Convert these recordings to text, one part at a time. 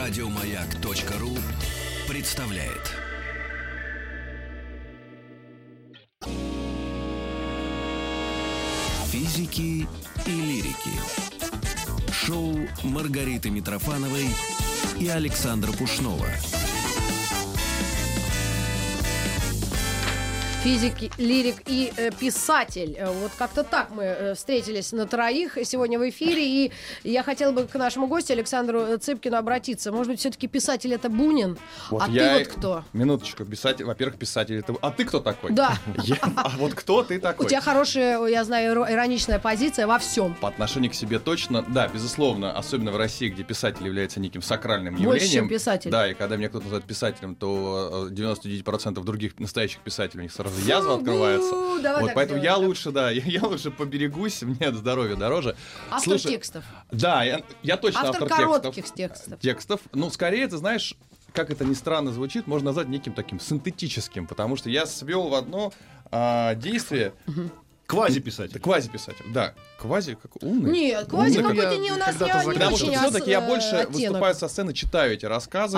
Радиомаяк.ру представляет. Физики и лирики. Шоу Маргариты Митрофановой и Александра Пушнова. Физик, лирик и писатель. Вот как-то так мы встретились на троих сегодня в эфире. И я хотела бы к нашему гостю Александру Цыпкину обратиться. Может быть, все-таки писатель — это Бунин? Вот а ты вот кто? Минуточку. Писатель, во-первых, писатель — это... А ты кто такой? Да. А вот кто ты такой? У тебя хорошая, я знаю, ироничная позиция во всем. По отношению к себе точно, да, безусловно. Особенно в России, где писатель является неким сакральным явлением. Больше, чем писатель. Да, и когда меня кто-то называет писателем, то 99% других настоящих писателей у них сразу язва открывается. Вот, поэтому я лучше поберегусь, мне здоровье дороже. Автор текстов. Да, я точно автор коротких текстов. Ну, скорее, ты знаешь, как это ни странно звучит, можно назвать неким таким синтетическим, потому что я свел в одно действие... Квазиписатель. Квазиписатель, да. Квази, как умный. Нет, квази какой-то не у нас не очень. Потому что все-таки я больше выступаю со сцены, читаю эти рассказы.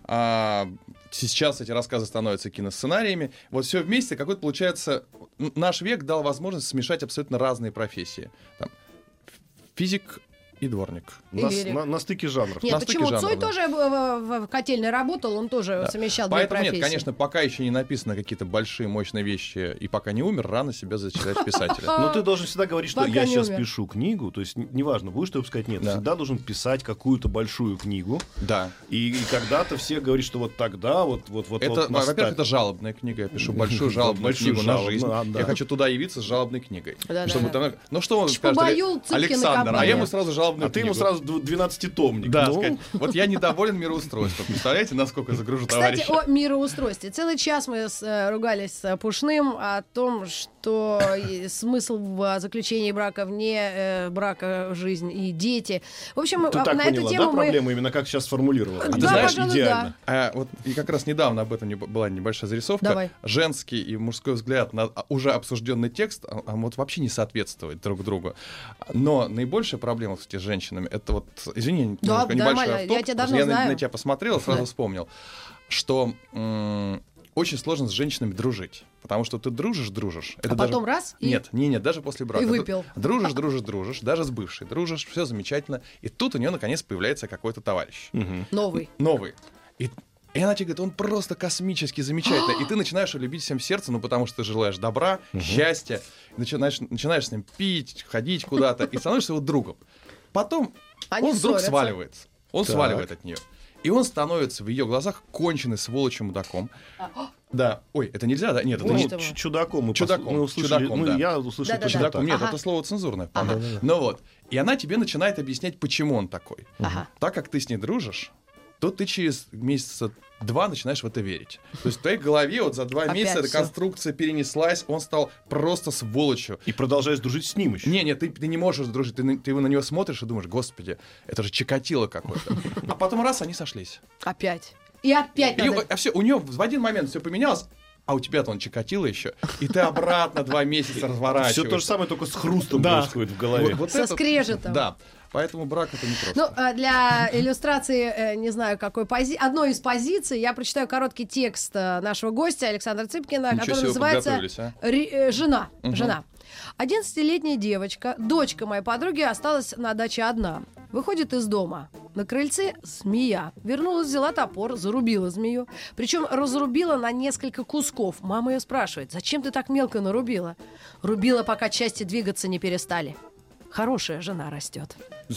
Сейчас эти рассказы становятся киносценариями. Вот все вместе, какой-то получается... Наш век дал возможность смешать абсолютно разные профессии. Там, физик и дворник. На стыке жанров. Нет, почему? Цой тоже в котельной работал, он тоже совмещал две профессии. Поэтому нет, конечно, пока еще не написаны какие-то большие, мощные вещи, и пока не умер, рано себя зачитать писателя. Но ты должен всегда говорить, что я сейчас пишу книгу, то есть неважно, будешь ты выпускать, нет, всегда должен писать какую-то большую книгу. Да. И когда-то все говорят, что вот тогда, вот. Во-первых, это жалобная книга, я пишу большую жалобную книгу на жизнь. Я хочу туда явиться с жалобной книгой. Ну что он скажет, Александр, а я ему сразу жалобную книгу. А ты ему сразу 12-томник. Да, сказать, вот я недоволен мироустройством. Представляете, насколько загружу товарища? Кстати, о мироустройстве. Целый час мы ругались с Пушным о том, что смысл в заключении брака, вне брака, жизнь и дети. В общем, ты так на поняла, эту тему мы... проблему именно как сейчас сформулировала? Ты знаешь, идеально. Вот и как раз недавно об этом была небольшая зарисовка. Давай. Женский и мужской взгляд на уже обсужденный текст вот вообще не соответствует друг другу. Но наибольшая проблема с этими женщинами, это вот, извини, небольшой автоп, я тебя давно знаю. На тебя посмотрел, сразу вспомнил, что очень сложно с женщинами дружить. Потому что ты дружишь. Это потом раз и... Нет, даже после брака. И выпил. Дружишь, даже с бывшей дружишь, все замечательно. И тут у нее наконец появляется какой-то товарищ. Новый. И она тебе говорит, он просто космически замечательный. И ты начинаешь его любить всем сердцем, потому что ты желаешь добра, счастья. Начинаешь с ним пить, ходить куда-то, и становишься его другом. Потом они он вдруг ссорятся. сваливается. Он сваливает от нее. И он становится в ее глазах конченый сволочью мудаком. Да. Ой, это нельзя, да? Нет, это не... Чудаком. Мы услышали, да. Я услышал да. Чудаком. Нет, это слово цензурное. Ну вот. И она тебе начинает объяснять, почему он такой. Так как ты с ней дружишь, то ты через месяца 2 начинаешь в это верить. То есть в твоей голове вот за 2 месяца эта конструкция перенеслась, он стал просто сволочью. И продолжаешь дружить с ним еще. Не, ты не можешь дружить, ты на него смотришь и думаешь, господи, это же Чикатило какой-то. А потом раз, они сошлись. Опять. И опять. А все, у нее в один момент все поменялось. А у тебя-то он Чикатило еще, и ты обратно 2 месяца разворачиваешь. Все то же самое, только с хрустом происходит в голове. Со скрежетом. Да. Поэтому брак — это не просто. Ну, для иллюстрации, не знаю, какой одной из позиций, я прочитаю короткий текст нашего гостя Александра Цыпкина, который называется «Жена». Жена. 11-летняя девочка, дочка моей подруги, осталась на даче одна. Выходит из дома. На крыльце змея. Вернулась, взяла топор, зарубила змею. Причем разрубила на несколько кусков. Мама ее спрашивает, зачем ты так мелко нарубила? Рубила, пока части двигаться не перестали. Хорошая жена растет.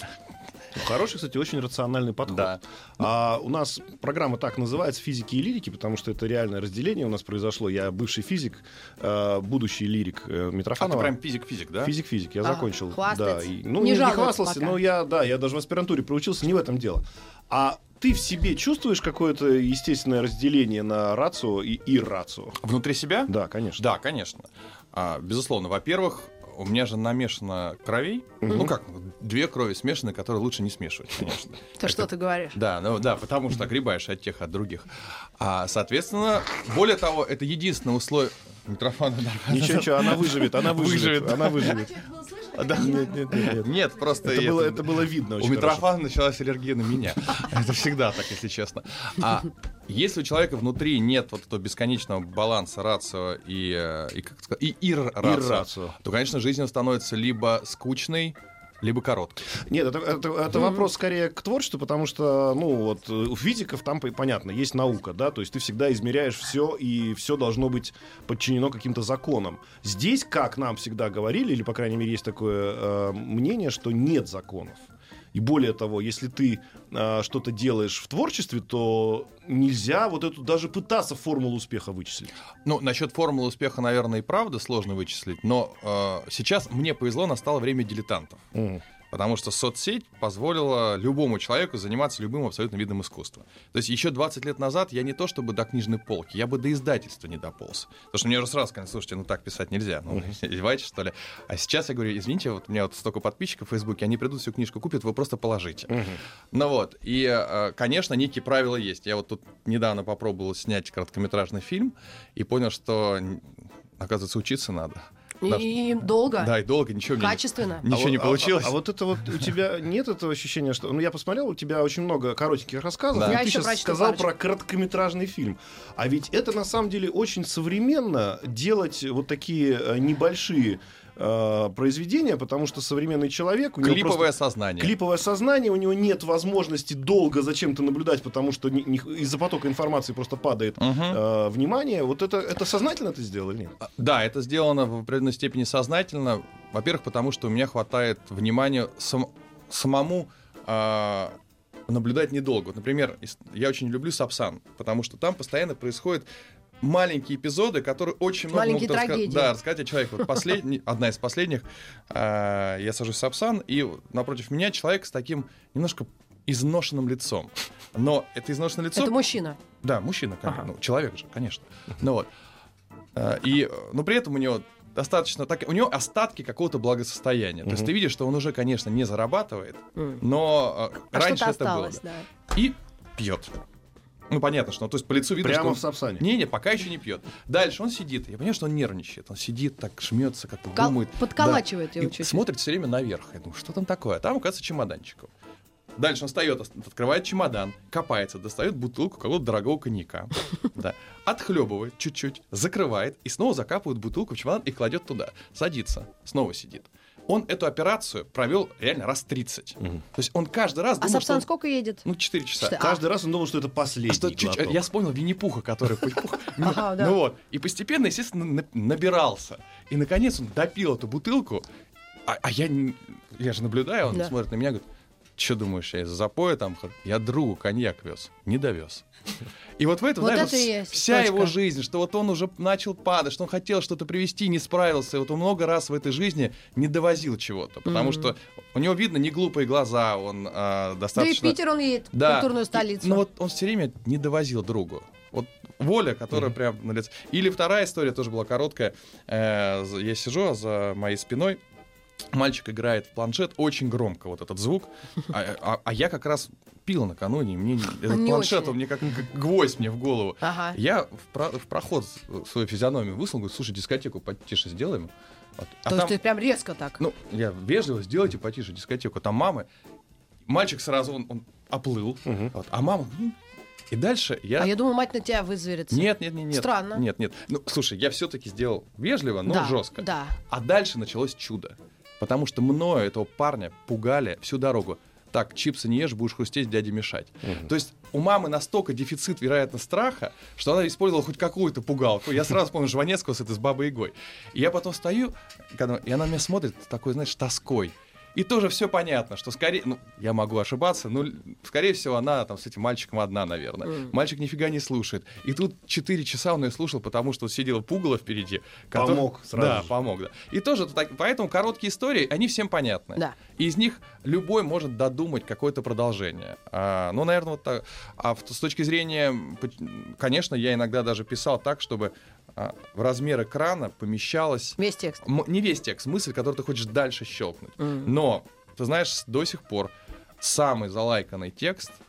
Хороший, кстати, очень рациональный подход. Да. У нас программа так называется «Физики и лирики», потому что это реальное разделение у нас произошло. Я бывший физик, будущий лирик Митрофанова. А ты прям физик-физик, да? Физик-физик, я закончил. Да, не хвастался, пока. Но я даже в аспирантуре проучился, не в этом дело. А ты в себе чувствуешь какое-то естественное разделение на рацио и иррацио? Внутри себя? Да, конечно. Да, конечно. Безусловно. Во-первых, у меня же намешано кровей. Ну как, 2 крови смешаны, которые лучше не смешивать, конечно. Что ты говоришь? Да, потому что огребаешь от тех, от других. Соответственно, более того, это единственное условие... Митрофанова. Ничего, она выживет. Нет, просто... Это было видно. У Митрофана началась аллергия на меня. Это всегда так, если честно. А если у человека внутри нет вот этого бесконечного баланса рацио и ир-рацио, то, конечно, жизнь становится либо скучной, либо короткой. Нет, это вопрос скорее к творчеству, потому что, у физиков там понятно, есть наука, да, то есть ты всегда измеряешь все, и все должно быть подчинено каким-то законам. Здесь, как нам всегда говорили, или, по крайней мере, есть такое мнение, что нет законов. И более того, если ты что-то делаешь в творчестве, то нельзя вот эту даже пытаться формулу успеха вычислить. Насчет формулы успеха, наверное, и правда сложно вычислить, но сейчас мне повезло, настало время дилетантов. Потому что соцсеть позволила любому человеку заниматься любым абсолютно видом искусства. То есть еще 20 лет назад я не то чтобы до книжной полки, я бы до издательства не дополз. Потому что мне уже сразу сказали, слушайте, так писать нельзя. Издеваетесь, что ли? А сейчас я говорю, извините, вот у меня вот столько подписчиков в Фейсбуке, они придут, всю книжку купят, вы просто положите. И, конечно, некие правила есть. Я вот тут недавно попробовал снять короткометражный фильм и понял, что, оказывается, учиться надо. И долго. Да, и долго, ничего качественно. Ничего не получилось. А вот это вот у тебя нет этого ощущения, что... я посмотрел, у тебя очень много коротеньких рассказов, да. Ты сейчас сказал про короткометражный фильм. А ведь это на самом деле очень современно делать вот такие небольшие произведения, потому что современный человек... Клиповое сознание. Клиповое сознание, у него нет возможности долго за чем-то наблюдать, потому что из-за потока информации просто падает внимание. Вот это сознательно ты сделал или нет? Да, это сделано в определенной степени сознательно. Во-первых, потому что у меня хватает внимания самому наблюдать недолго. Например, я очень люблю Сапсан, потому что там постоянно происходят маленькие эпизоды, которые очень много могут рассказать о человеке. Вот одна из последних, я сажусь в Сапсан, и напротив меня человек с таким немножко изношенным лицом. Но это изношенное лицо... Это мужчина? Да, мужчина, человек же, конечно. Но при этом у него достаточно... у него остатки какого-то благосостояния. То есть ты видишь, что он уже, конечно, не зарабатывает, но раньше это было. Да. И пьет. Понятно, что... То есть по лицу видно, прямо что... в Сапсане? Не, пока еще не пьет. Дальше он сидит. Я понимаю, что он нервничает. Он сидит, так жмется, как-то думает. Подколачивает его чуть-чуть. Смотрит все время наверх. Я думаю, что там такое? А там, оказывается, чемоданчик. Дальше он встает, открывает чемодан, копается, достает бутылку какого-то дорогого коньяка. Отхлебывает чуть-чуть, закрывает и снова закапывает бутылку в чемодан и кладет туда. Садится, снова сидит. Он эту операцию провел реально раз 30. То есть он каждый раз думал, Сапсан сколько едет? 4 часа. Каждый раз он думал, что это последний глоток. Я вспомнил Винни-Пуха, который... И постепенно, естественно, набирался. И, наконец, он допил эту бутылку. А я же наблюдаю, он смотрит на меня и говорит, что думаешь, я из-за запоя там? Я другу коньяк вез. Не довез. И вот в этом, вся его жизнь, что вот он уже начал падать, что он хотел что-то привезти, не справился. И вот он много раз в этой жизни не довозил чего-то, потому что у него видно не глупые глаза, он достаточно... Да и в Питер он едет, культурную столицу. Но вот он все время не довозил другу. Вот воля, которая прям на лице. Или вторая история тоже была короткая. Я сижу за моей спиной, мальчик играет в планшет, очень громко вот этот звук, а я как раз пил накануне, и мне этот планшет, он мне как гвоздь мне в голову. Я в проход свою физиономию высунул, говорю, слушай, дискотеку потише сделаем. То есть ты прям резко так? Я вежливо, сделайте потише дискотеку. Там мамы, мальчик сразу, он оплыл, а мама... И дальше я... А я думаю, мать на тебя вызверится. Нет. Странно. Нет. Слушай, я все-таки сделал вежливо, но жестко. Да. А дальше началось чудо. Потому что мною, этого парня, пугали всю дорогу. Так, чипсы не ешь, будешь хрустеть, дяде мешать. То есть у мамы настолько дефицит, вероятно, страха, что она использовала хоть какую-то пугалку. Я сразу помню Жванецкого с Бабой Ягой. И я потом стою, и она на меня смотрит такой, знаешь, тоской. И тоже все понятно, что скорее, я могу ошибаться, но, скорее всего, она там с этим мальчиком одна, наверное. Мальчик нифига не слушает. И тут 4 часа он ее слушал, потому что сидела пугало впереди. Помог сразу. Да, помог, да. И тоже, поэтому короткие истории, они всем понятны. Да. И из них любой может додумать какое-то продолжение. Наверное, вот так. А с точки зрения, конечно, я иногда даже писал так, чтобы в размер экрана помещалась... Весь текст. Не весь текст, мысль, которую ты хочешь дальше щелкнуть. Но, ты знаешь, до сих пор самый залайканный текст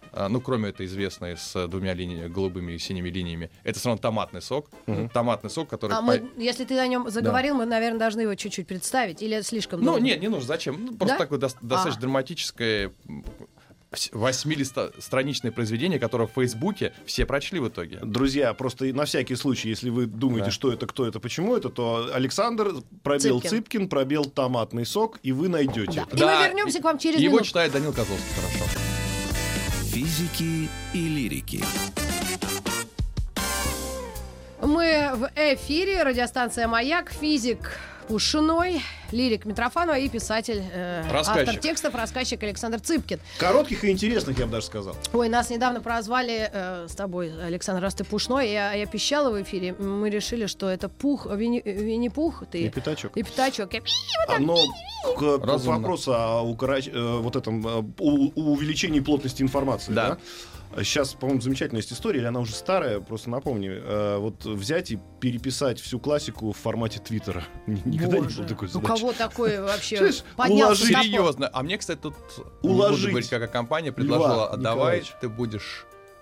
ну, кроме этой известной с двумя голубыми и синими линиями, это все равно томатный сок. Томатный сок, который... Если ты о нем заговорил, мы, наверное, должны его чуть-чуть представить. Или слишком долго? Ну, нет, не нужно. Зачем? Ну, просто такое достаточно драматическое 8-страничное произведение, которое в Фейсбуке все прочли в итоге. Друзья, просто на всякий случай, если вы думаете, что это, кто это, почему это, то Александр, пробел Цыпкин, пробел томатный сок, и вы найдете это. И мы вернемся к вам через минуту. Его читает Данил Козловский, хорошо. Физики и лирики. Мы в эфире, радиостанция «Маяк», физик Пушной, лирик Митрофанова и писатель, автор текстов, рассказчик Александр Цыпкин. Коротких и интересных, я бы даже сказал. Ой, нас недавно прозвали с тобой, Александр, раз ты Пушной, я пищала в эфире, мы решили, что это Винни-Пух, ты и Пятачок. И Пятачок. Но к вопросу о увеличении плотности информации, да? Сейчас, по-моему, замечательная есть история, или она уже старая, просто напомню. Вот взять и переписать всю классику в формате Твиттера. Никогда не было такой задачи. У кого такой вообще поднялся топор? Серьезно. А мне, кстати, тут не буду говорить, какая компания предложила, давай ты будешь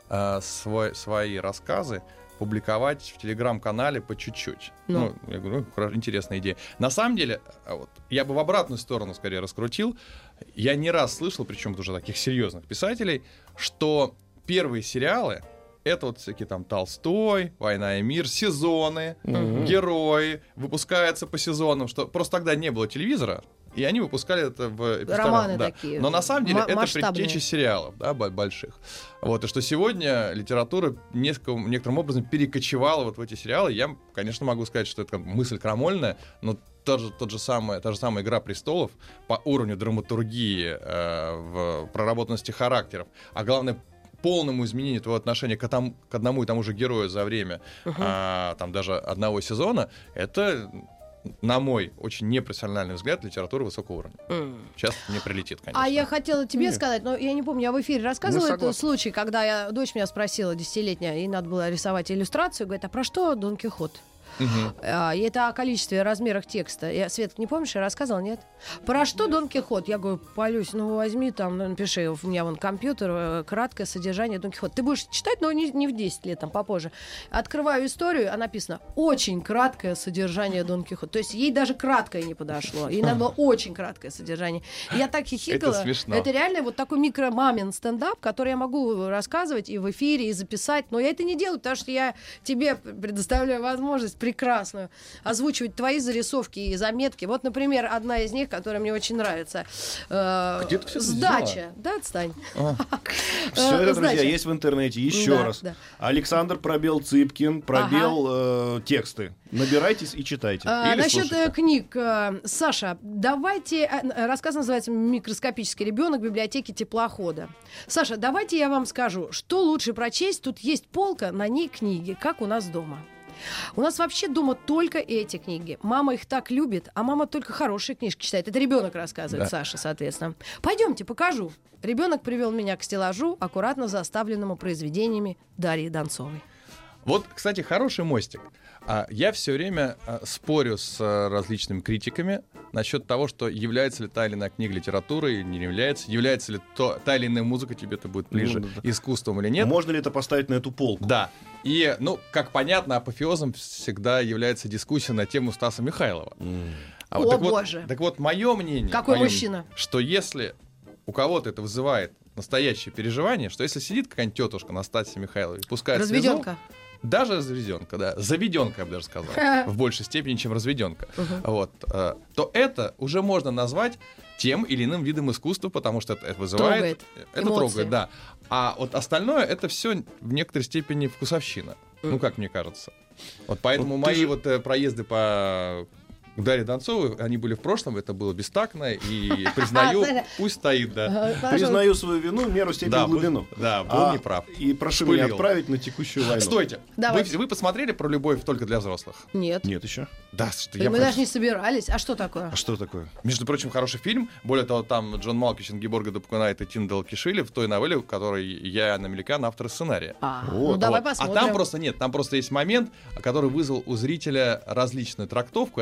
свои рассказы публиковать в телеграм-канале по чуть-чуть. Ну, я говорю, интересная идея. На самом деле, вот, я бы в обратную сторону скорее раскрутил. Я не раз слышал, причем уже таких серьезных писателей, что первые сериалы — это вот всякие там Толстой, «Война и мир», сезоны, герои, выпускаются по сезонам, что просто тогда не было телевизора, и они выпускали это в романы такие. Но на самом деле это предтеча сериалов, да, больших. Вот, и что сегодня литература некоторым образом перекочевала вот в эти сериалы. Я, конечно, могу сказать, что это мысль крамольная, но та же самая «Игра престолов» по уровню драматургии, в проработанности характеров, а главное, полному изменению твоего отношения к одному и тому же герою за время там даже одного сезона, это, на мой очень непрофессиональный взгляд, литература высокого уровня. Сейчас не прилетит, конечно. А я хотела тебе сказать, но я не помню, я в эфире рассказывала этот случай, когда дочь меня спросила, 10-летняя, ей надо было рисовать иллюстрацию, говорит, а про что Дон Кихот? И это о количестве, размерах текста. Свет, не помнишь, я рассказывала, нет? Про что Дон Кихот? Я говорю, Полюсь, возьми там, напиши, у меня вон компьютер, краткое содержание Дон Кихот. Ты будешь читать, но не в 10 лет, там попозже. Открываю историю, а написано очень краткое содержание Дон Кихот. То есть ей даже краткое не подошло. Ей надо было очень краткое содержание. И я так хихикала. Это смешно. Это реально вот такой микромамин стендап, который я могу рассказывать и в эфире, и записать. Но я это не делаю, потому что я тебе предоставляю возможность прекрасную озвучивать твои зарисовки и заметки. Вот, например, одна из них, которая мне очень нравится. Где ты все Сдача. Да, отстань. Все это, друзья, есть в интернете. Еще раз. Александр пробел Цыпкин, пробел тексты. Набирайтесь и читайте. Насчет книг. Саша, давайте... Рассказ называется «Микроскопический ребенок в библиотеке теплохода». Саша, давайте я вам скажу, что лучше прочесть. Тут есть полка, на ней книги, как у нас дома. У нас вообще дома только эти книги. Мама их так любит, а мама только хорошие книжки читает. Это ребенок рассказывает, Саша, соответственно. Пойдемте, покажу. Ребенок привел меня к стеллажу, аккуратно заставленному произведениями Дарьи Донцовой. Вот, кстати, хороший мостик. Я все время спорю с различными критиками насчет того, что является ли та или иная книга литературой, не является ли та или иная музыка тебе это будет ближе искусством или нет. Можно ли это поставить на эту полку? Да. И, как понятно, апофеозом всегда является дискуссия на тему Стаса Михайлова. Боже! Так вот, мое мнение... Какой мужчина! Что если у кого-то это вызывает настоящее переживание, что если сидит какая-нибудь тетушка на Стасе Михайловой и пускает разведенка. Даже разведенка, да. Заведенка, я бы даже сказал. В большей степени, чем разведенка. Вот. То это уже можно назвать тем или иным видом искусства, потому что это вызывает... Это трогает, да. А вот остальное, это все в некоторой степени вкусовщина. Как мне кажется. Вот поэтому мои проезды по... Дарья Донцовой, они были в прошлом, это было бестактно, и признаю, пусть стоит, да. Признаю свою вину, меру, степень, глубину. Да, был неправ. И прошу меня отправить на текущую войну. Стойте, вы посмотрели про любовь только для взрослых? Нет. Нет еще. Да, мы даже не собирались. А что такое? Между прочим, хороший фильм. Более того, там Джон Малкович, Ингеборга Дапкунайт и Тиндал Кишили в той новелле, в которой я Намеликан, автор сценария. Давай посмотрим. А там просто есть момент, который вызвал у зрителя различную трактовку. Я думаю, вас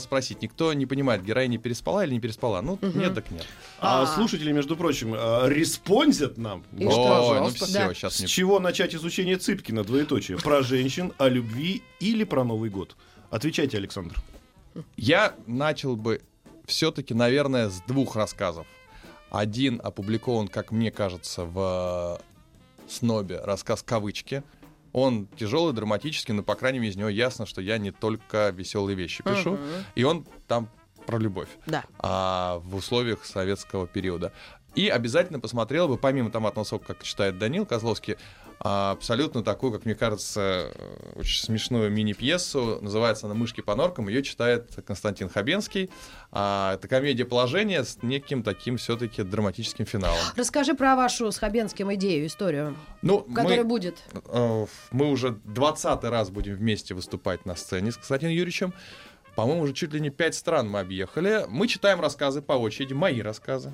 спросить. Никто не понимает, героиня переспала или не переспала. Ну, нет так нет. Слушатели, между прочим, респондят нам. Пожалуйста. Все, сейчас с чего начать изучение Цыпкина, двоеточие? Про женщин, о любви или про Новый год? Отвечайте, Александр. Я начал бы все-таки, наверное, с 2 рассказов. Один опубликован, как мне кажется, в «Снобе», рассказ «Кавычки». Он тяжелый, драматический, но, по крайней мере, из него ясно, что я не только веселые вещи пишу. И он там про любовь. Да. В условиях советского периода. И обязательно посмотрел бы, помимо томатного сока, как читает Данил Козловский, абсолютно такую, как мне кажется, очень смешную мини-пьесу. Называется она «Мышки по норкам». Ее читает Константин Хабенский. Это комедия положения с неким таким все-таки драматическим финалом. Расскажи про вашу с Хабенским идею, историю, которая будет. Мы уже 20-й раз будем вместе выступать на сцене с Константином Юрьевичем. По-моему, уже чуть ли не 5 стран мы объехали. Мы читаем рассказы по очереди, мои рассказы.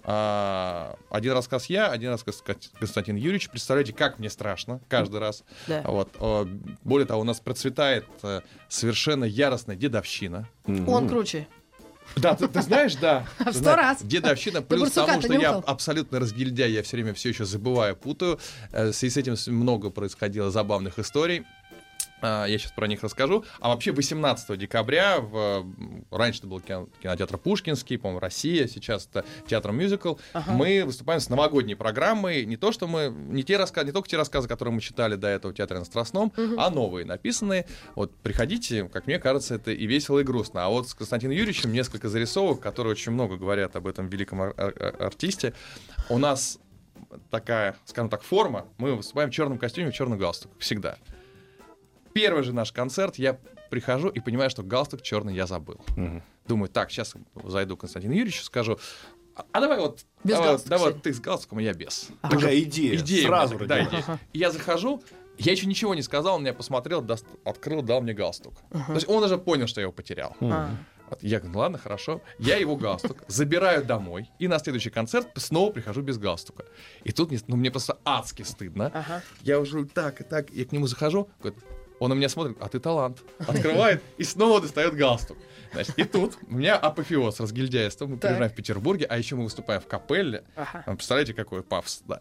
Один рассказ я, один рассказ Константин Юрьевич. Представляете, как мне страшно каждый раз. Да. Вот. Более того, у нас процветает совершенно яростная дедовщина. Он круче. Да, ты знаешь, да. В 100 раз. Дедовщина, плюс тому, что я абсолютно разгильдяй, я все время все еще забываю, путаю. В связи с этим много происходило забавных историй. Я сейчас про них расскажу. А вообще 18 декабря, раньше это был кинотеатр Пушкинский, по-моему, «Россия», сейчас это театр-мюзикл, мы выступаем с новогодней программой. Не только те рассказы, которые мы читали до этого в театре на Страстном, а новые, написанные. Вот приходите, как мне кажется, это и весело, и грустно. А вот с Константином Юрьевичем несколько зарисовок, которые очень много говорят об этом великом артисте. У нас такая, скажем так, форма. Мы выступаем в черном костюме, в черном галстуке. Всегда. Первый же наш концерт, я прихожу и понимаю, что галстук черный я забыл. Думаю, так, сейчас зайду к Константину Юрьевичу, скажу, давай вот, давай ты с галстуком, а я без. Такая идея. Сразу идея. И я захожу, я еще ничего не сказал, он меня посмотрел, открыл, дал мне галстук. То есть он уже понял, что я его потерял. Я говорю, ладно, хорошо. Я его галстук забираю домой, и на следующий концерт снова прихожу без галстука. И тут мне просто адски стыдно. Я уже так, я к нему захожу, говорю, он на меня смотрит, а ты талант. Открывает и снова достает галстук. Значит, и тут у меня апофеоз разгильдяйства. Мы приезжаем в Петербурге, а еще мы выступаем в капелле. Представляете, какой пафос. Да.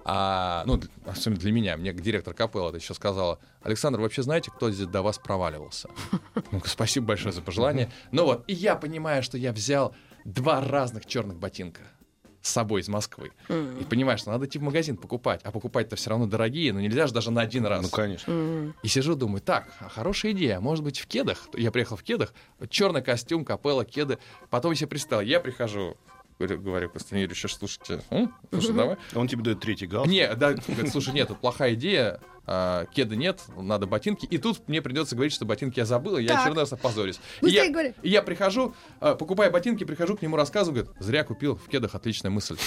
Особенно для меня. Мне директор капеллы еще сказала, Александр, вы вообще знаете, кто здесь до вас проваливался? Спасибо большое за пожелание. И я понимаю, что я взял 2 разных черных ботинка с собой из Москвы. И понимаешь, что надо идти в магазин покупать. А покупать-то все равно дорогие, но нельзя же даже на один раз. Ну, конечно. И сижу, думаю, так, хорошая идея. Может быть, в кедах? Я приехал в кедах. Черный костюм, капелла, кеды. Потом я себе представил. Я прихожу, говорю Константину Юрьевичу, слушайте, слушай, давай. Он тебе дает 3-й галстук. Говорит, слушай, нет, это плохая идея. Кеды нет, надо ботинки. И тут мне придется говорить, что ботинки я забыл, и я очередной раз опозорюсь. И я прихожу, покупаю ботинки, прихожу к нему, рассказываю, говорит, зря купил, в кедах отличная мысль.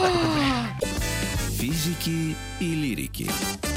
Физики и лирики.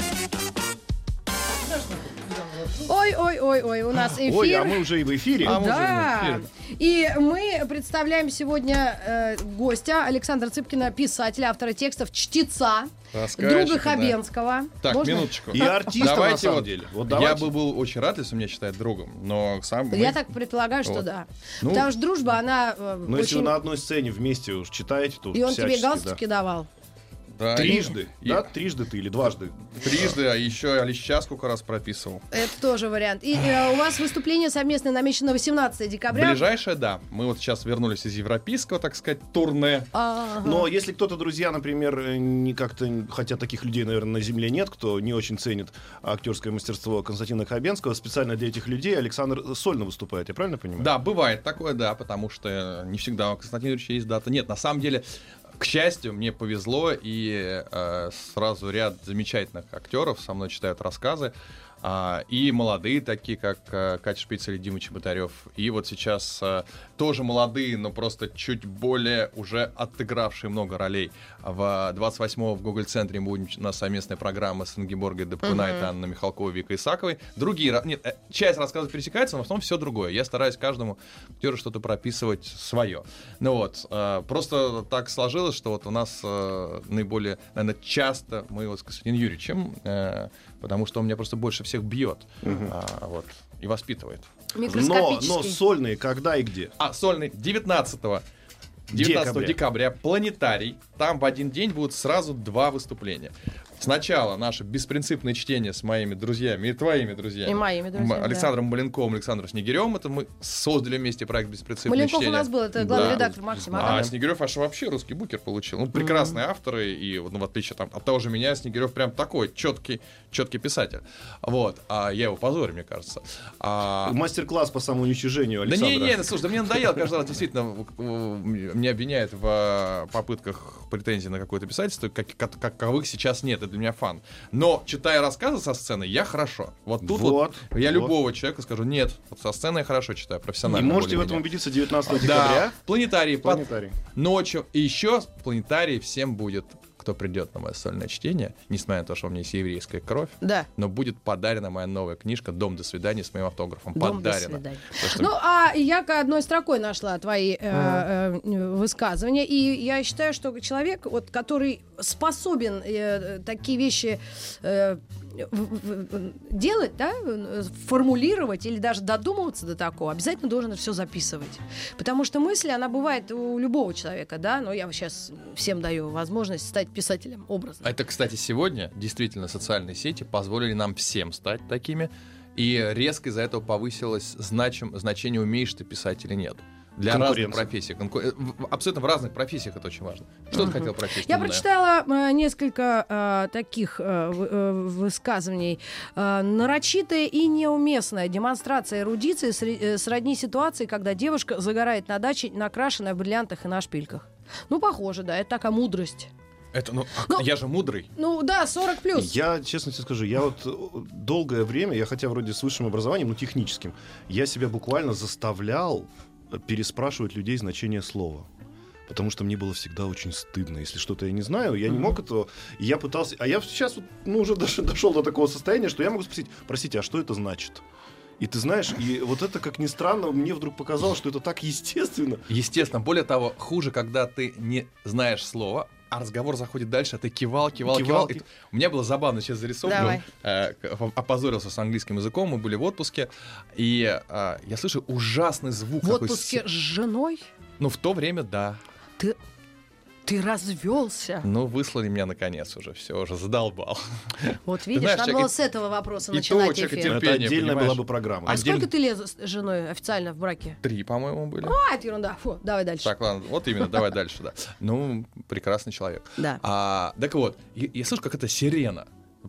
Ой, у нас эфир. Ой, а мы уже и в эфире. Да. И мы представляем сегодня гостя Александра Цыпкина, писателя, автора текстов, чтеца, друга Хабенского. Так, минуточку. И артиста, на самом деле. Я бы был очень рад, если меня считают другом, но сам... Я так предполагаю, что да. Потому что дружба, она но если вы на одной сцене вместе уж читаете, то и он тебе галстуки давал. Да, трижды, да? Трижды ты или дважды? Трижды, а еще Алища сколько раз прописывал. Это тоже вариант. И у вас выступление совместное намечено на 18 декабря. Ближайшее, да. Мы вот сейчас вернулись из европейского, так сказать, турне. Но если кто-то, друзья, например, не как-то, хотя таких людей, наверное, на земле нет, кто не очень ценит актерское мастерство Константина Хабенского, специально для этих людей Александр сольно выступает, я правильно понимаю? Да, бывает такое, да, потому что не всегда у Константина Юрьевича есть дата. Нет, на самом деле... К счастью, мне повезло, и сразу ряд замечательных актеров со мной читают рассказы. И молодые, такие как Катя Шпицель и Дима Чеботарев. И вот сейчас тоже молодые, но просто чуть более уже отыгравшие много ролей. В 28-го в Гоголь-центре будет у нас совместная программа с Ингеборгой Депкунайте, Анной Михалковой, Викой Исаковой. Часть рассказов пересекается, но в основном все другое. Я стараюсь каждому актеру что-то прописывать свое. Просто так сложилось, что вот у нас наиболее, наверное, часто мы вот с Константином Юрьевичем потому что он меня просто больше всех бьет вот, и воспитывает. Но сольные когда и где? Сольный 19 декабря планетарий. Там в один день будут сразу 2 выступления. Сначала наше беспринципное чтение с моими друзьями и твоими друзьями. И моими друзьями. Александром Маленковым, Александром Снегиревым. Это мы создали вместе проект «Беспринципное Маленков чтение». у нас был, это главный редактор Максим. А Снегирев аж вообще русский букер получил. Ну, прекрасные авторы. И в отличие от того же меня, Снегирев прям такой четкий писатель. Вот. А я его позорю, мне кажется. Мастер-класс по самоуничижению Александра. Да слушай, мне надоело каждый раз действительно. Меня обвиняют в попытках претензий на какое-то писательство, каковых сейчас нет. Это для меня фан. Но, читая рассказы со сцены, я хорошо. Вот тут я любого человека скажу, нет, вот со сцены я хорошо читаю, профессионально. И можете в этом убедиться 19 декабря. Да, планетарий. Ночью. И еще в планетарии всем будет, кто придет на мое сольное чтение, несмотря на то, что у меня есть еврейская кровь, но будет подарена моя новая книжка «Дом до свидания» с моим автографом. Подарена. Ну, я одной строкой нашла твои высказывания, и я считаю, что человек, вот, который способен такие вещи делать, да, формулировать или даже додумываться до такого, обязательно должен все записывать. Потому что мысль, она бывает у любого человека, да, но я сейчас всем даю возможность стать писателем образно. Это, кстати, сегодня действительно социальные сети позволили нам всем стать такими, и резко из-за этого повысилось значение, умеешь ты писать или нет. Для разных профессий. Абсолютно в разных профессиях это очень важно. Что ты хотел прочесть? Я прочитала несколько таких высказываний. Нарочитая и неуместная демонстрация эрудиции сродни ситуации, когда девушка загорает на даче, накрашенная в бриллиантах и на шпильках. Ну, похоже, да, это такая мудрость. Я же мудрый. Ну да, 40+. Я, честно тебе скажу, я вот долгое время, хотя вроде с высшим образованием, но техническим, я себя буквально заставлял переспрашивать людей значение слова. Потому что мне было всегда очень стыдно. Если что-то я не знаю, я не мог этого. И я пытался... А я сейчас уже дошел до такого состояния, что я могу спросить, простите, а что это значит? И ты знаешь, и вот это, как ни странно, мне вдруг показалось, что это так естественно. Естественно. Более того, хуже, когда ты не знаешь слова, а разговор заходит дальше, а ты кивал. У меня было забавно сейчас зарисовано. Опозорился с английским языком, мы были в отпуске, и я слышу ужасный звук. В отпуске с женой? Ну, в то время, да. Ты развелся. Ну, выслали меня наконец уже, все, уже задолбал. Вот видишь, надо было с этого вопроса начинать эфир. Это отдельная была бы программа. А сколько ты лет с женой официально в браке? 3, по-моему, были. Это ерунда. Фу, давай дальше. Так, ладно, вот именно, давай дальше, да. Ну, прекрасный человек. Да. Так вот, я слышу, как это сирена.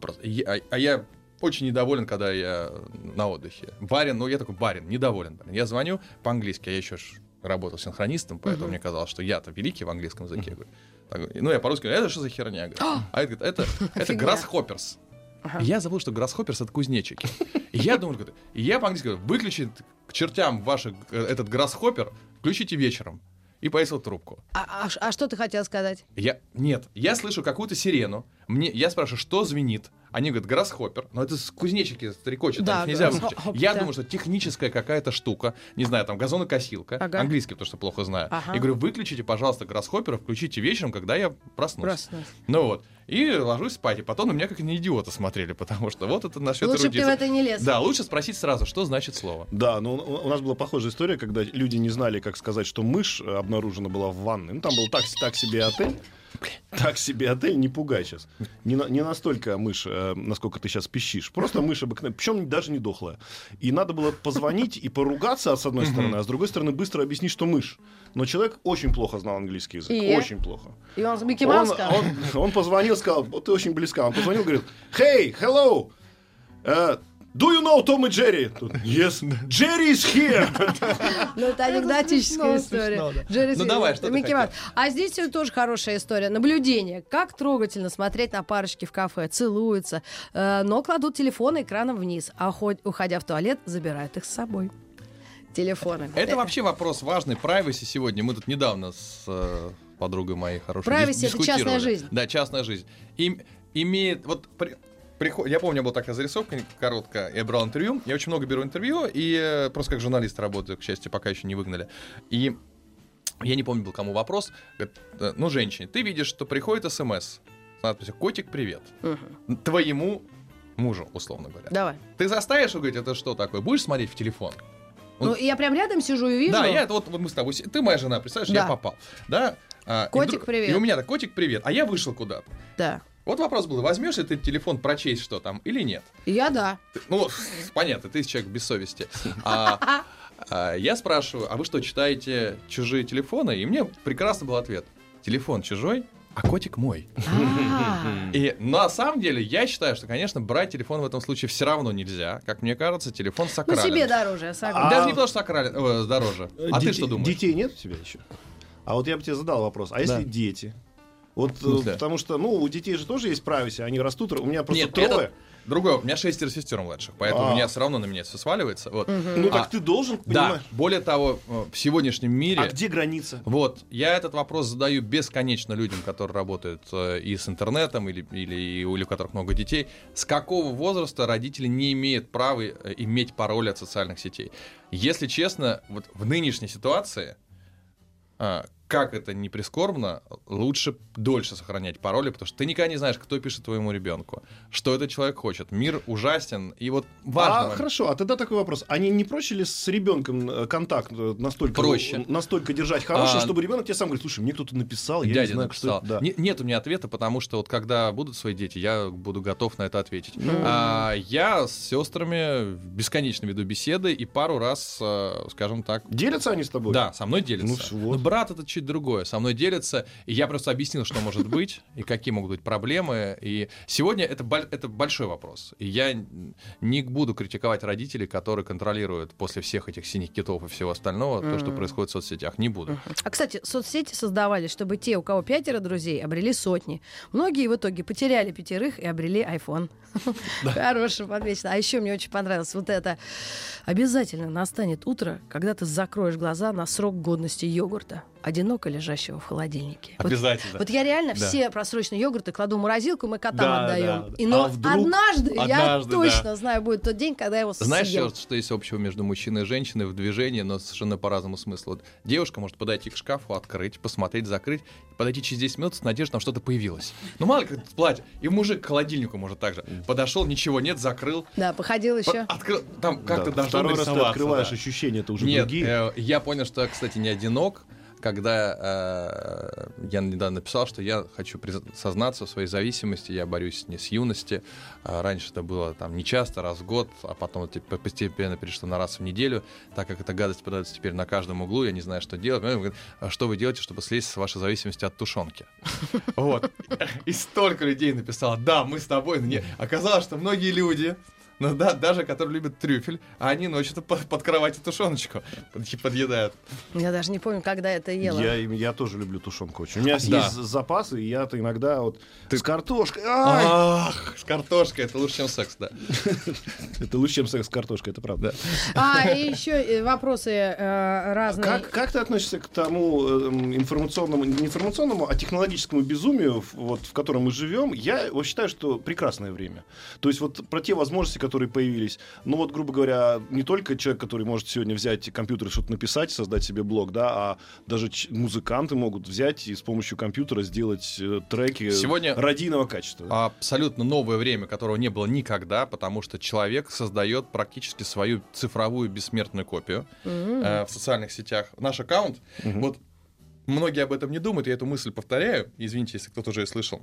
Я очень недоволен, когда я на отдыхе. Я такой барин, недоволен. Я звоню по-английски, я еще работал синхронистом, поэтому мне казалось, что я-то великий в английском языке. Я по-русски говорю, это что за херня? Это Grasshoppers. Я забыл, что Grasshoppers — это кузнечики. И я думаю, я по-английски говорю, выключи к чертям этот Grasshopper, включите вечером. И повесил трубку. А что ты хотел сказать? Я слышу какую-то сирену. Я спрашиваю, что звенит. Они говорят, Grasshopper. Но это кузнечики стрекочут, их нельзя выключить. Я думаю, что техническая какая-то штука, не знаю, там газонокосилка, английский, потому что плохо знаю. И говорю, выключите, пожалуйста, Grasshopper, включите вечером, когда я проснусь. Ну вот. И ложусь спать. И потом на меня как на идиота смотрели, потому что вот это насчет эрудиции. Лучше бы ты в это не лез. Да, лучше спросить сразу, что значит слово. Да, но у нас была похожая история, когда люди не знали, как сказать, что мышь обнаружена была в ванной. Ну, там был так себе отель. Так себе отель, не пугай сейчас. Не настолько мышь, насколько ты сейчас пищишь. Просто мышь обыкновенная, причем даже не дохлая. И надо было позвонить и поругаться с одной стороны, а с другой стороны быстро объяснить, что мышь. Но человек очень плохо знал английский язык. Очень плохо. И он Микки Маус сказал? Он позвонил, сказал, ты очень близка. Он позвонил, говорит, hey, hello, do you know Tom и Jerry? Yes, Jerry is here. Ну, это анекдотическая история. Ну, давай, что ты хотел? А здесь тоже хорошая история. Наблюдение. Как трогательно смотреть на парочки в кафе. Целуются, но кладут телефоны экраном вниз. А уходя в туалет, забирают их с собой. Телефоны. Это вообще вопрос важный. Privacy сегодня. Мы тут недавно с подругой моей хорошей дискутировали. Privacy — это частная жизнь. Да, частная жизнь. Имеет... Я помню, у меня была такая зарисовка короткая, я брал интервью, я очень много беру интервью, и просто как журналист работаю, к счастью, пока еще не выгнали. И я не помню, был кому вопрос, говорит, женщине, ты видишь, что приходит СМС с надписью «Котик, привет». Твоему мужу, условно говоря. Давай. Ты заставишь его говорить, это что такое? Будешь смотреть в телефон? Ну, я прям рядом сижу и вижу. Да, вот мы с тобой... Ты моя жена, представляешь, я попал. Да? Котик, привет. И у меня котик, привет. А я вышел куда-то. Да. Вот вопрос был, возьмешь ли ты телефон прочесть, что там, или нет? Я Ну, понятно, ты человек без совести. Я спрашиваю, а вы что, читаете чужие телефоны? И мне прекрасно был ответ. Телефон чужой, а котик мой. И на самом деле я считаю, что, конечно, брать телефон в этом случае все равно нельзя. Как мне кажется, телефон сакрален. Ну, себе дороже, я согласна. Даже не потому, что сакрален, дороже. А ты что думаешь? Детей нет у тебя еще? А вот я бы тебе задал вопрос. А если дети? Вот, потому что, у детей же тоже есть privacy, они растут, у меня просто трое. Другое, у меня 6 сестер младших, поэтому у меня все равно на меня все сваливается. Вот. Ну так ты должен, понимаешь? Да, более того, в сегодняшнем мире... А где граница? Вот, я этот вопрос задаю бесконечно людям, которые работают и с интернетом, или у которых много детей. С какого возраста родители не имеют права иметь пароли от социальных сетей? Если честно, вот в нынешней ситуации... Как это ни прискорбно, лучше дольше сохранять пароли, потому что ты никогда не знаешь, кто пишет твоему ребенку, что этот человек хочет. Мир ужасен, и вот важно. Хорошо, а тогда такой вопрос. А не проще ли с ребенком контакт настолько держать хороший, чтобы ребенок тебе сам говорит, слушай, мне кто-то написал, я не знаю, написал. Что это. Да. Нет у меня ответа, потому что вот когда будут свои дети, я буду готов на это ответить. Я с сестрами бесконечно веду беседы, и пару раз, скажем так... Делятся они с тобой? Да, со мной делятся. Вот. Но брат это чуть другое. Со мной делятся, и я просто объяснил, что может быть, и какие могут быть проблемы. И сегодня это большой вопрос. И я не буду критиковать родителей, которые контролируют после всех этих синих китов и всего остального то, что происходит в соцсетях. Не буду. А, кстати, соцсети создавались, чтобы те, у кого 5 друзей, обрели сотни. Многие в итоге потеряли 5 и обрели iPhone. Хорошо, подмечено. А еще мне очень понравилось вот это. Обязательно настанет утро, когда ты закроешь глаза на срок годности йогурта, одиноко лежащего в холодильнике. Обязательно. Вот я реально все просроченные йогурты кладу в морозилку, мы котам отдаем. Да. И однажды я точно знаю, будет тот день, когда я его съем. Знаешь, что есть общего между мужчиной и женщиной в движении, но совершенно по разному смыслу? Вот девушка может подойти к шкафу, открыть, посмотреть, закрыть, подойти через 10 минут с надеждой, там что-то появилось. Ну, мало ли, как платье. И мужик к холодильнику может так же. Подошел, ничего нет, закрыл. Да, походил еще. Открыл, там как-то должно второй раз ты открываешь, да. ощущения-то уже Нет, другие. Я понял, что я, кстати, не одинок, когда я недавно написал, что я хочу сознаться в своей зависимости, я борюсь с ней с юности. Раньше это было там не часто, раз в год, а потом постепенно перешло на раз в неделю, так как эта гадость подается теперь на каждом углу, я не знаю, что делать. Говорит, что вы делаете, чтобы слезть с вашей зависимости от тушенки? Вот. И столько людей написало, да, мы с тобой. Оказалось, что многие люди... Ну да, даже которые любят трюфель, а они ночью под кроватью тушеночку подъедают. Я даже не помню, когда это ела. Я тоже люблю тушенку очень. У меня есть запасы, и я-то иногда с картошкой. С картошкой, это лучше, чем секс, да. Это лучше, чем секс с картошкой, это правда. И еще вопросы разные. Как ты относишься к тому информационному, не информационному, а технологическому безумию, в котором мы живем? Я считаю, что прекрасное время. То есть вот про те возможности, которые появились. Ну вот, грубо говоря, не только человек, который может сегодня взять компьютер и что-то написать, создать себе блог, да, а даже музыканты могут взять и с помощью компьютера сделать треки сегодня радийного качества. Абсолютно новое время, которого не было никогда, потому что человек создает практически свою цифровую бессмертную копию в социальных сетях. Наш аккаунт, вот многие об этом не думают, я эту мысль повторяю, извините, если кто-то уже ее слышал.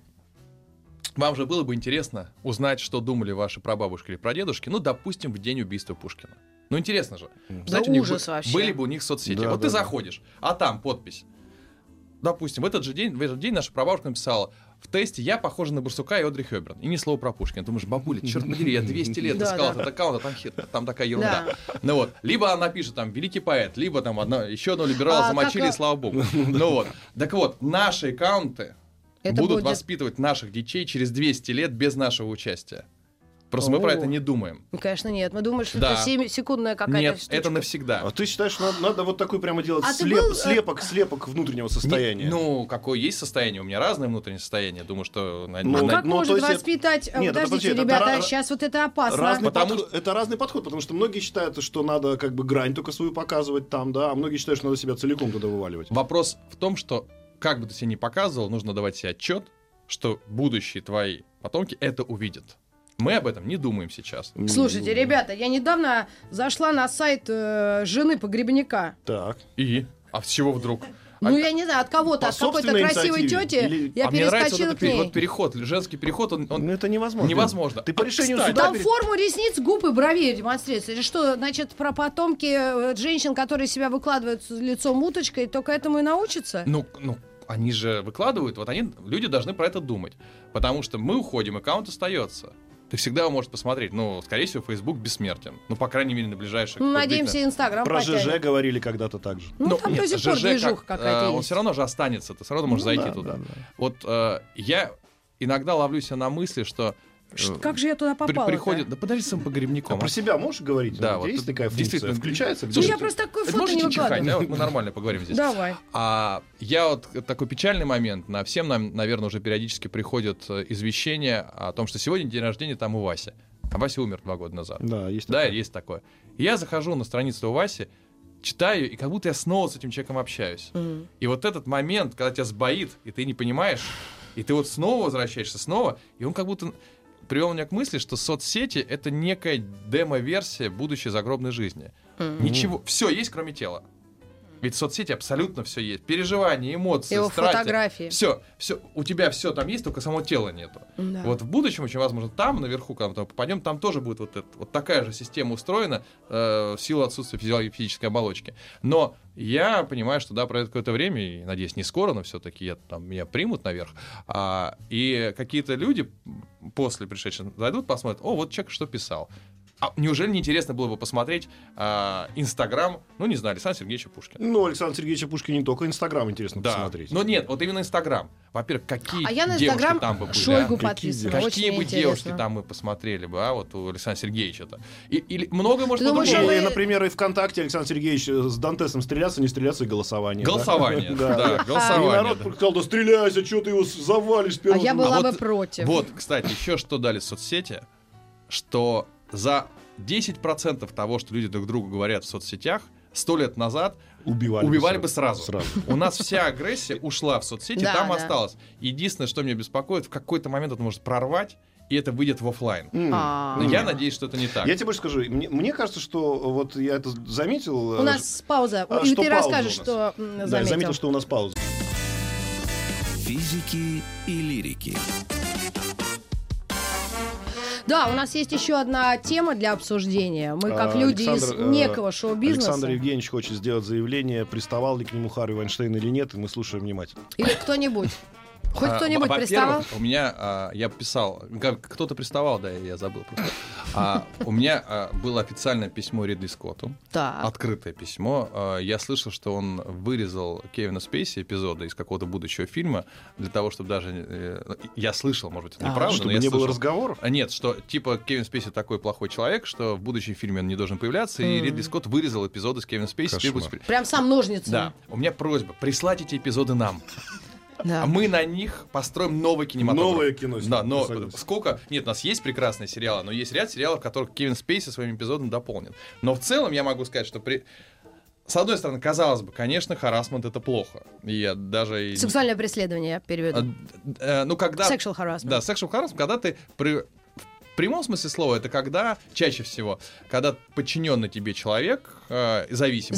Вам же было бы интересно узнать, что думали ваши прабабушки или прадедушки, ну, допустим, в день убийства Пушкина. Ну, интересно же. Знаете, были бы у них соцсети. Вот ты заходишь, а там подпись. Допустим, в этот же день наша прабабушка написала: в тесте я похожа на Барсука и Одри Хёбберн. И ни слова про Пушкина. Думаешь, бабуля, черт подери, я 200 лет искал этот аккаунт, а там такая ерунда. Ну вот, либо она пишет там великий поэт, либо там еще одного либерала замочили, и слава богу. Ну вот, так вот, наши аккаунты будут воспитывать наших детей через 200 лет без нашего участия. Просто мы про это не думаем. Конечно, нет. Мы думаем, что это 7-секундная какая-то Нет, штучка. это навсегда. А ты считаешь, что надо вот такой прямо делать слепок внутреннего состояния? Какое есть состояние? У меня разное внутреннее состояние. Думаю, что... как может воспитать... Подождите, ребята, сейчас вот это опасно. Это разный подход, потому что многие считают, что надо как бы грань только свою показывать там, да, а многие считают, что надо себя целиком туда вываливать. Вопрос в том, что как бы ты себя ни показывал, нужно давать себе отчет, что будущие твои потомки это увидят. Мы об этом не думаем сейчас. Слушайте, ребята, я недавно зашла на сайт жены погребника. Так. И? А с чего вдруг? Ну, я не знаю, от кого-то, от какой-то красивой тети я перескочила к ней. Вот переход, женский переход, он Ну, это невозможно. невозможно. Ты по решению кстати, суда... Там форму ресниц, губ и бровей демонстрируется. Или что, значит, про потомки женщин, которые себя выкладывают с лицом уточкой, только этому и научатся? Ну, они же выкладывают, вот люди должны про это думать. Потому что мы уходим, аккаунт остается. Ты всегда его можешь посмотреть. Ну, скорее всего, Facebook бессмертен. Ну, по крайней мере, на ближайшие... Ну, надеемся, Инстаграм Про потянет. ЖЖ говорили когда-то так же. Ну, там до сих пор движуха какая-то он есть. все равно же останется, ты все равно можешь зайти туда. Да. Вот я иногда ловлю себя на мысли, что... Как же я туда попала? Приходит... Да подожди с своим погребником. Про себя можешь говорить? Да, вот вот есть такая функция? действительно Включается? Ну, я просто такое Это фото не можете чихать, да? выкладываю. Вот мы нормально поговорим здесь. Давай. Я вот такой печальный момент. Всем нам, наверное, уже периодически приходят извещения о том, что сегодня день рождения там у Васи. А Вася умер 2 года назад. Да, есть Да, такое. есть такое. И я захожу на страницу у Васи, читаю, и как будто я снова с этим человеком общаюсь. И вот этот момент, когда тебя сбоит, и ты не понимаешь, и ты вот снова возвращаешься, и он как будто привел меня к мысли, что соцсети — это некая демо-версия будущей загробной жизни. Ничего, все есть, кроме тела. Ведь в соцсети абсолютно все есть. Переживания, эмоции, Его страсти. фотографии. Все, у тебя все там есть, только само тело нету. Да. Вот в будущем, очень возможно, там, наверху, когда мы попадем, там тоже будет вот такая же система устроена в силу отсутствия физической оболочки. Но я понимаю, что да, пройдет какое-то время, и, надеюсь, не скоро, но все-таки меня примут наверх. И какие-то люди после пришедших зайдут, посмотрят, вот человек что писал. А неужели не интересно было бы посмотреть Инстаграм, не знаю, Александра Сергеевича Пушкина? Ну, Александр Сергеевича Пушкина не только Инстаграм интересно Да. посмотреть. Но нет, вот именно Инстаграм. Во-первых, какие А я на девушки Инстаграм там бы были? Шойгу а? подписана. Какие Очень бы интересно. девушки там мы посмотрели бы, вот у Александра Сергеевича-то? Или много, может, Ты думаешь, по-другому. вы- Например, и ВКонтакте Александр Сергеевич с Дантесом стреляться, не стреляться и голосование. Голосование. Да. Да, И голосование. народ да. сказал, да стреляйся, что ты его завалишь с А первого я же была вот- бы против. Вот, кстати, еще что дали соцсети, что за 10% того, что люди друг другу говорят в соцсетях, 100 лет назад убивали бы сразу. У нас вся агрессия ушла в соцсети, Да, там да. осталось. Единственное, что меня беспокоит, в какой-то момент это может прорвать, и это выйдет в офлайн. Но я надеюсь, что это не так. Я тебе больше скажу, мне кажется, что вот я это заметил. У нас пауза. И что ты пауза расскажешь, у нас? что Да, я заметил. заметил, что у нас пауза. Физики и лирики. Да, у нас есть еще одна тема для обсуждения. Мы, как люди из Александр, некого шоу-бизнеса. Александр Евгеньевич хочет сделать заявление, приставал ли к нему Харви Вайнштейн или нет, и мы слушаем внимательно. Или кто-нибудь. Хоть кто-нибудь Во-первых, приставал? у меня, я писал, кто-то приставал, да, я забыл просто. У меня было официальное письмо Ридли Скотту, Так. открытое письмо. Я слышал, что он вырезал Кевина Спейси эпизода из какого-то будущего фильма для того, чтобы даже... Я слышал, может быть, это неправда, Чтобы но я не было слышал. разговоров? Нет, что типа Кевин Спейси такой плохой человек, что в будущем фильме он не должен появляться, и Ридли Скотт вырезал эпизоды с Кевином Спейси. Кошмар. Прям сам ножницами. Да, у меня просьба, прислать эти эпизоды нам. Да. А мы на них построим новый кинематограф. Новое кино. Да, но согласен. сколько... Нет, у нас есть прекрасные сериалы, но есть ряд сериалов, которых Кевин Спейси своим эпизодом дополнит. Но в целом я могу сказать, что с одной стороны, казалось бы, конечно, харассмент — это плохо. И я даже... Сексуальное преследование, я переведу. Когда... Sexual harassment. Да, sexual harassment, когда ты... В прямом смысле слова, это когда, чаще всего, когда подчиненный тебе человек, зависимый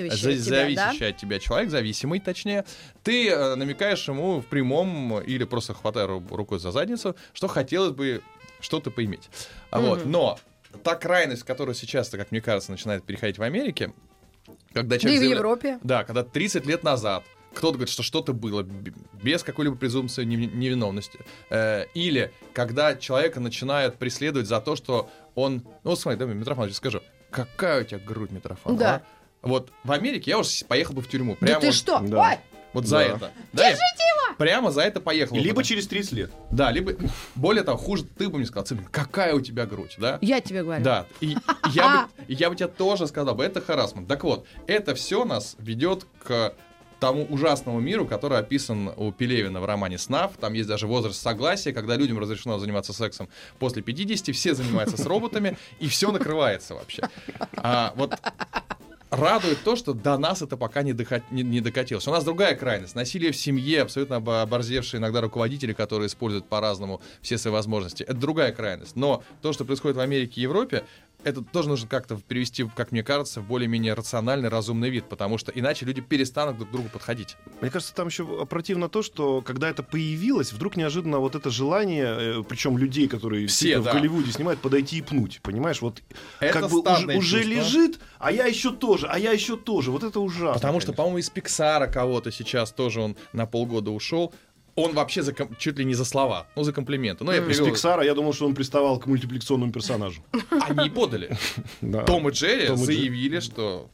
от тебя человек, зависимый, точнее, ты намекаешь ему в прямом или просто хватая рукой за задницу, что хотелось бы что-то поиметь. Вот. Но та крайность, которая сейчас, как мне кажется, начинает переходить в Америке, когда человек... Да и в Европе. Да, когда 30 лет назад кто-то говорит, что что-то было без какой-либо презумпции невиновности. Или когда человека начинают преследовать за то, что он... Ну, смотри, да, Митрофан, я скажу, какая у тебя грудь, Митрофан? Да. Вот в Америке я уже поехал бы в тюрьму. Да Прямо ты вот, что? Да. Ой! Вот за это. Держите его! Прямо за это поехал. Либо бы. через 30 лет. Да, либо... Более того, хуже ты бы мне сказал, Цыпин, какая у тебя грудь, да? Я тебе говорю. Да, и я бы тебе тоже сказал бы, это харассмент. Так вот, это все нас ведет к тому ужасному миру, который описан у Пелевина в романе «Снаф». Там есть даже возраст согласия, когда людям разрешено заниматься сексом после 50, все занимаются с роботами, и все накрывается вообще. Вот радует то, что до нас это пока не докатилось. У нас другая крайность. Насилие в семье, абсолютно оборзевшие иногда руководители, которые используют по-разному все свои возможности. Это другая крайность. Но то, что происходит в Америке и Европе, это тоже нужно как-то перевести, как мне кажется, в более-менее рациональный, разумный вид, потому что иначе люди перестанут друг к другу подходить. Мне кажется, там еще противно то, что когда это появилось, вдруг неожиданно вот это желание, причем людей, которые все в Голливуде снимают, подойти и пнуть, понимаешь? Вот это как бы уже лежит, а я еще тоже. Вот это ужасно. Потому что, по-моему, из Пиксара кого-то сейчас тоже он на полгода ушел. Он вообще чуть ли не за слова, за комплименты. Из Пиксара я думал, что он приставал к мультипликационному персонажу. Они подали. Том и Джерри заявили, что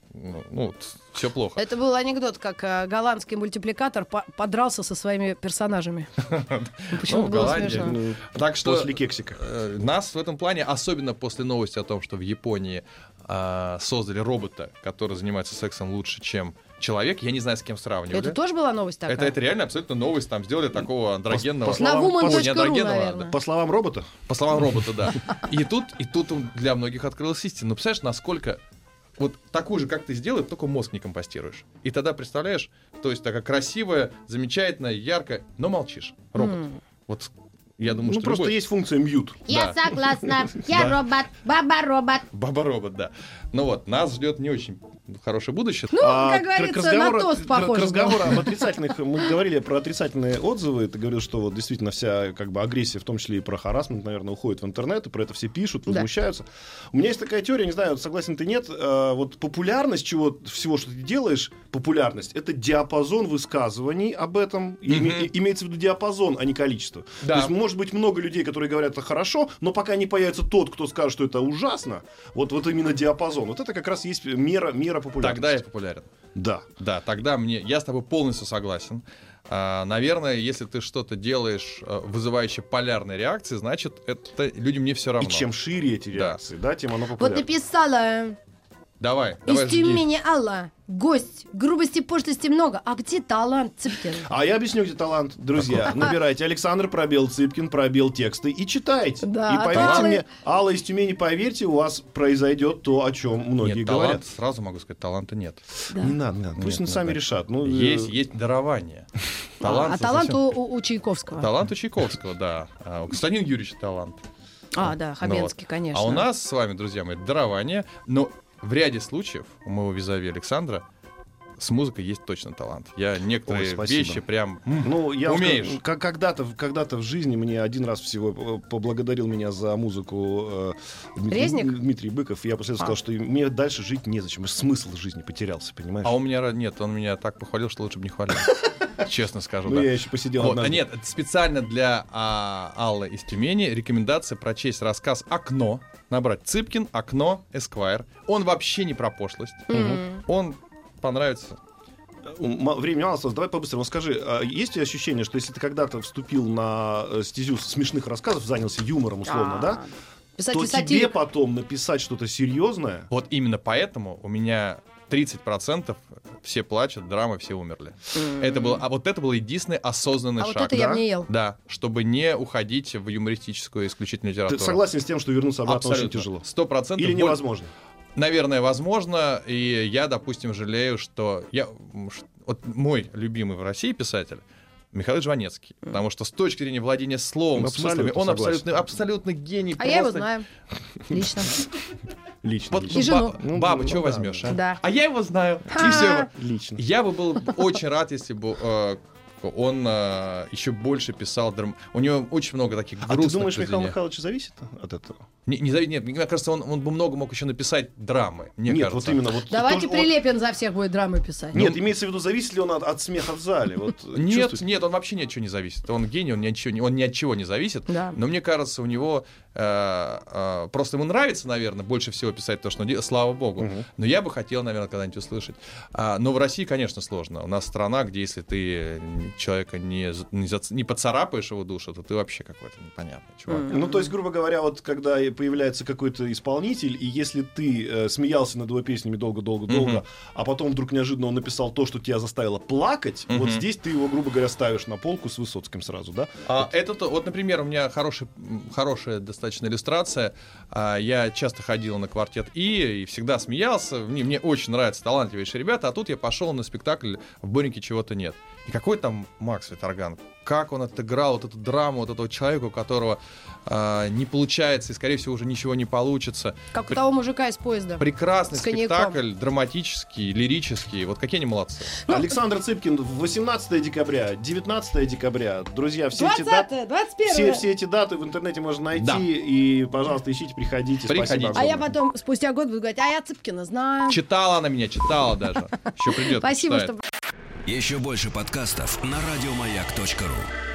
все плохо. Это был анекдот, как голландский мультипликатор подрался со своими персонажами. Почему было смешно? Так что после кексика. Нас в этом плане, особенно после новости о том, что в Японии создали робота, который занимается сексом лучше, чем человек, я не знаю, с кем сравнивали. Это тоже была новость такая? Это реально абсолютно новость. Там сделали такого андрогенного... На woman.ru, наверное. По словам робота? По словам робота, да. И тут для многих открылась истина. Ну, представляешь, насколько... Вот такую же, как ты сделаешь, только мозг не компостируешь. И тогда, представляешь, то есть такая красивая, замечательная, яркая, но молчишь. Робот. Вот я думаю, что просто есть функция мьют. Я согласна. Я робот. Баба-робот. Баба-робот, да. Ну вот, нас ждет не очень хорошее будущее. Как говорится, на тост похоже. К разговору об отрицательных... Мы говорили про отрицательные отзывы. Ты говорил, что вот действительно вся как бы агрессия, в том числе и про харассмент, наверное, уходит в интернет, и про это все пишут, возмущаются. У меня есть такая теория, не знаю, согласен ты, нет. Вот популярность всего, что ты делаешь, популярность — это диапазон высказываний об этом. Имеется в виду диапазон, а не количество. То есть может быть много людей, которые говорят, это хорошо, но пока не появится тот, кто скажет, что это ужасно, вот именно диапазон. Вот это как раз есть мера популярности. Тогда я популярен. Да. Да, тогда я с тобой полностью согласен. Наверное, если ты что-то делаешь, вызывающее полярные реакции, значит, это людям не все равно. И чем шире эти реакции, тем оно популярнее. Вот написала... Давай, из Тюмени Алла. Гость. Грубости, пошлости много. А где талант, Цыпкин? А я объясню, где талант. Друзья, набирайте Александр пробел Цыпкин, пробел тексты и читайте. Да, и поверьте мне, Алла из Тюмени, поверьте, у вас произойдет то, о чем многие говорят. Сразу могу сказать, таланта нет. Да. Не надо. Пусть сами решат. Есть дарование. Талант у Чайковского. Талант у Чайковского, да. У Константина Юрьевича талант. Да, Хабенский, конечно. А у нас с вами, друзья мои, дарование, но в ряде случаев у моего визави Александра с музыкой есть точно талант. Я некоторые вещи прям умеешь. Когда-то в жизни мне один раз всего поблагодарил меня за музыку Дмитрий Быков. И я после этого сказал, что мне дальше жить незачем. Смысл жизни потерялся, понимаешь? А у меня нет, он меня так похвалил, что лучше бы не хвалил. Честно скажу, я еще посидел однажды. Нет, специально для Аллы из Тюмени рекомендация прочесть рассказ «Окно». Набрать Цыпкин, «Окно», Эсквайр. Он вообще не про пошлость. Он понравится. Времени мало осталось. Давай по-быстрому скажи, есть ли ощущение, что если ты когда-то вступил на стезю смешных рассказов, занялся юмором условно, то тебе потом написать что-то серьезное? Вот именно поэтому у меня 30% все плачут, драма, все умерли. Это был единственный осознанный шаг. Вот это я бы не ел. Да, чтобы не уходить в юмористическую исключительную литературу. Ты согласен с тем, что вернуться обратно очень тяжело? 100%. Или невозможно? Наверное, возможно. И я, допустим, жалею, что мой любимый в России писатель Михаил Жванецкий. Потому что с точки зрения владения словом, смыслами, он абсолютно гений. А я его знаю. Лично. И жену. Баба, что возьмешь? Да. А я его знаю. И все. Лично. Я бы был очень рад, если бы он еще больше писал драм. У него очень много таких грустных. А ты думаешь, Михаил Михайлович зависит от этого? Нет, мне кажется, он бы много мог еще написать драмы. Нет, вот именно. Давайте Прилепин за всех будет драмы писать. Нет, имеется в виду, зависит ли он от смеха в зале? Нет, он вообще ни от чего не зависит. Он гений, он ни от чего не зависит. Но мне кажется, у него просто ему нравится, наверное, больше всего писать то, что он делает, слава богу. Но я бы хотел, наверное, когда-нибудь услышать. Но в России, конечно, сложно. У нас страна, где если ты человека не поцарапаешь его душу, то ты вообще какой-то непонятный чувак. Ну, то есть, грубо говоря, вот когда появляется какой-то исполнитель, и если ты смеялся над его песнями долго-долго-долго, а потом вдруг неожиданно он написал то, что тебя заставило плакать, вот здесь ты его, грубо говоря, ставишь на полку с Высоцким сразу, да? Вот, например, у меня хорошая достаточно иллюстрация. Я часто ходил на квартет И всегда смеялся. Мне очень нравятся талантливейшие ребята, а тут я пошел на спектакль «В Борнике чего-то нет». И какой там Макс Виторган? Как он отыграл вот эту драму вот этого человека, у которого не получается и, скорее всего, уже ничего не получится. Как у того мужика из поезда. Прекрасный спектакль, драматический, лирический. Вот какие они молодцы. Александр Цыпкин, 18 декабря, 19 декабря. Друзья, все 20-е, эти даты... 21-е. Все эти даты в интернете можно найти. И, пожалуйста, ищите, приходите. Спасибо. А я потом, спустя год, буду говорить, а я Цыпкина знаю. Читала она меня, читала даже. Еще придет. Спасибо, что... Еще больше подкастов на радиомаяк.ру.